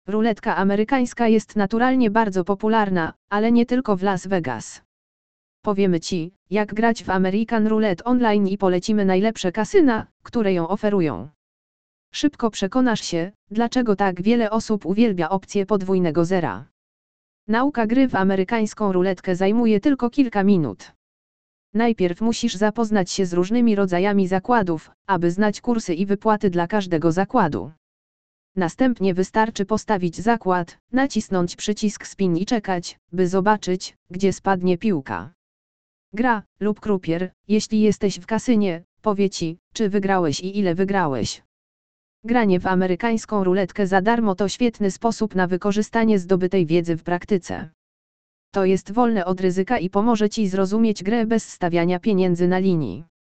Ruletka amerykańska jest naturalnie bardzo popularna, ale nie tylko w Las Vegas. Powiemy Ci, jak grać w American Roulette Online i polecimy najlepsze kasyna, które ją oferują. Szybko przekonasz się, dlaczego tak wiele osób uwielbia opcję podwójnego zera. Nauka gry w amerykańską ruletkę zajmuje tylko kilka minut. Najpierw musisz zapoznać się z różnymi rodzajami zakładów, aby znać kursy i wypłaty dla każdego zakładu. Następnie wystarczy postawić zakład, nacisnąć przycisk spin i czekać, by zobaczyć, gdzie spadnie piłka. Gra lub krupier, jeśli jesteś w kasynie, powie Ci, czy wygrałeś i ile wygrałeś. Granie w amerykańską ruletkę za darmo to świetny sposób na wykorzystanie zdobytej wiedzy w praktyce. To jest wolne od ryzyka i pomoże Ci zrozumieć grę bez stawiania pieniędzy na linii.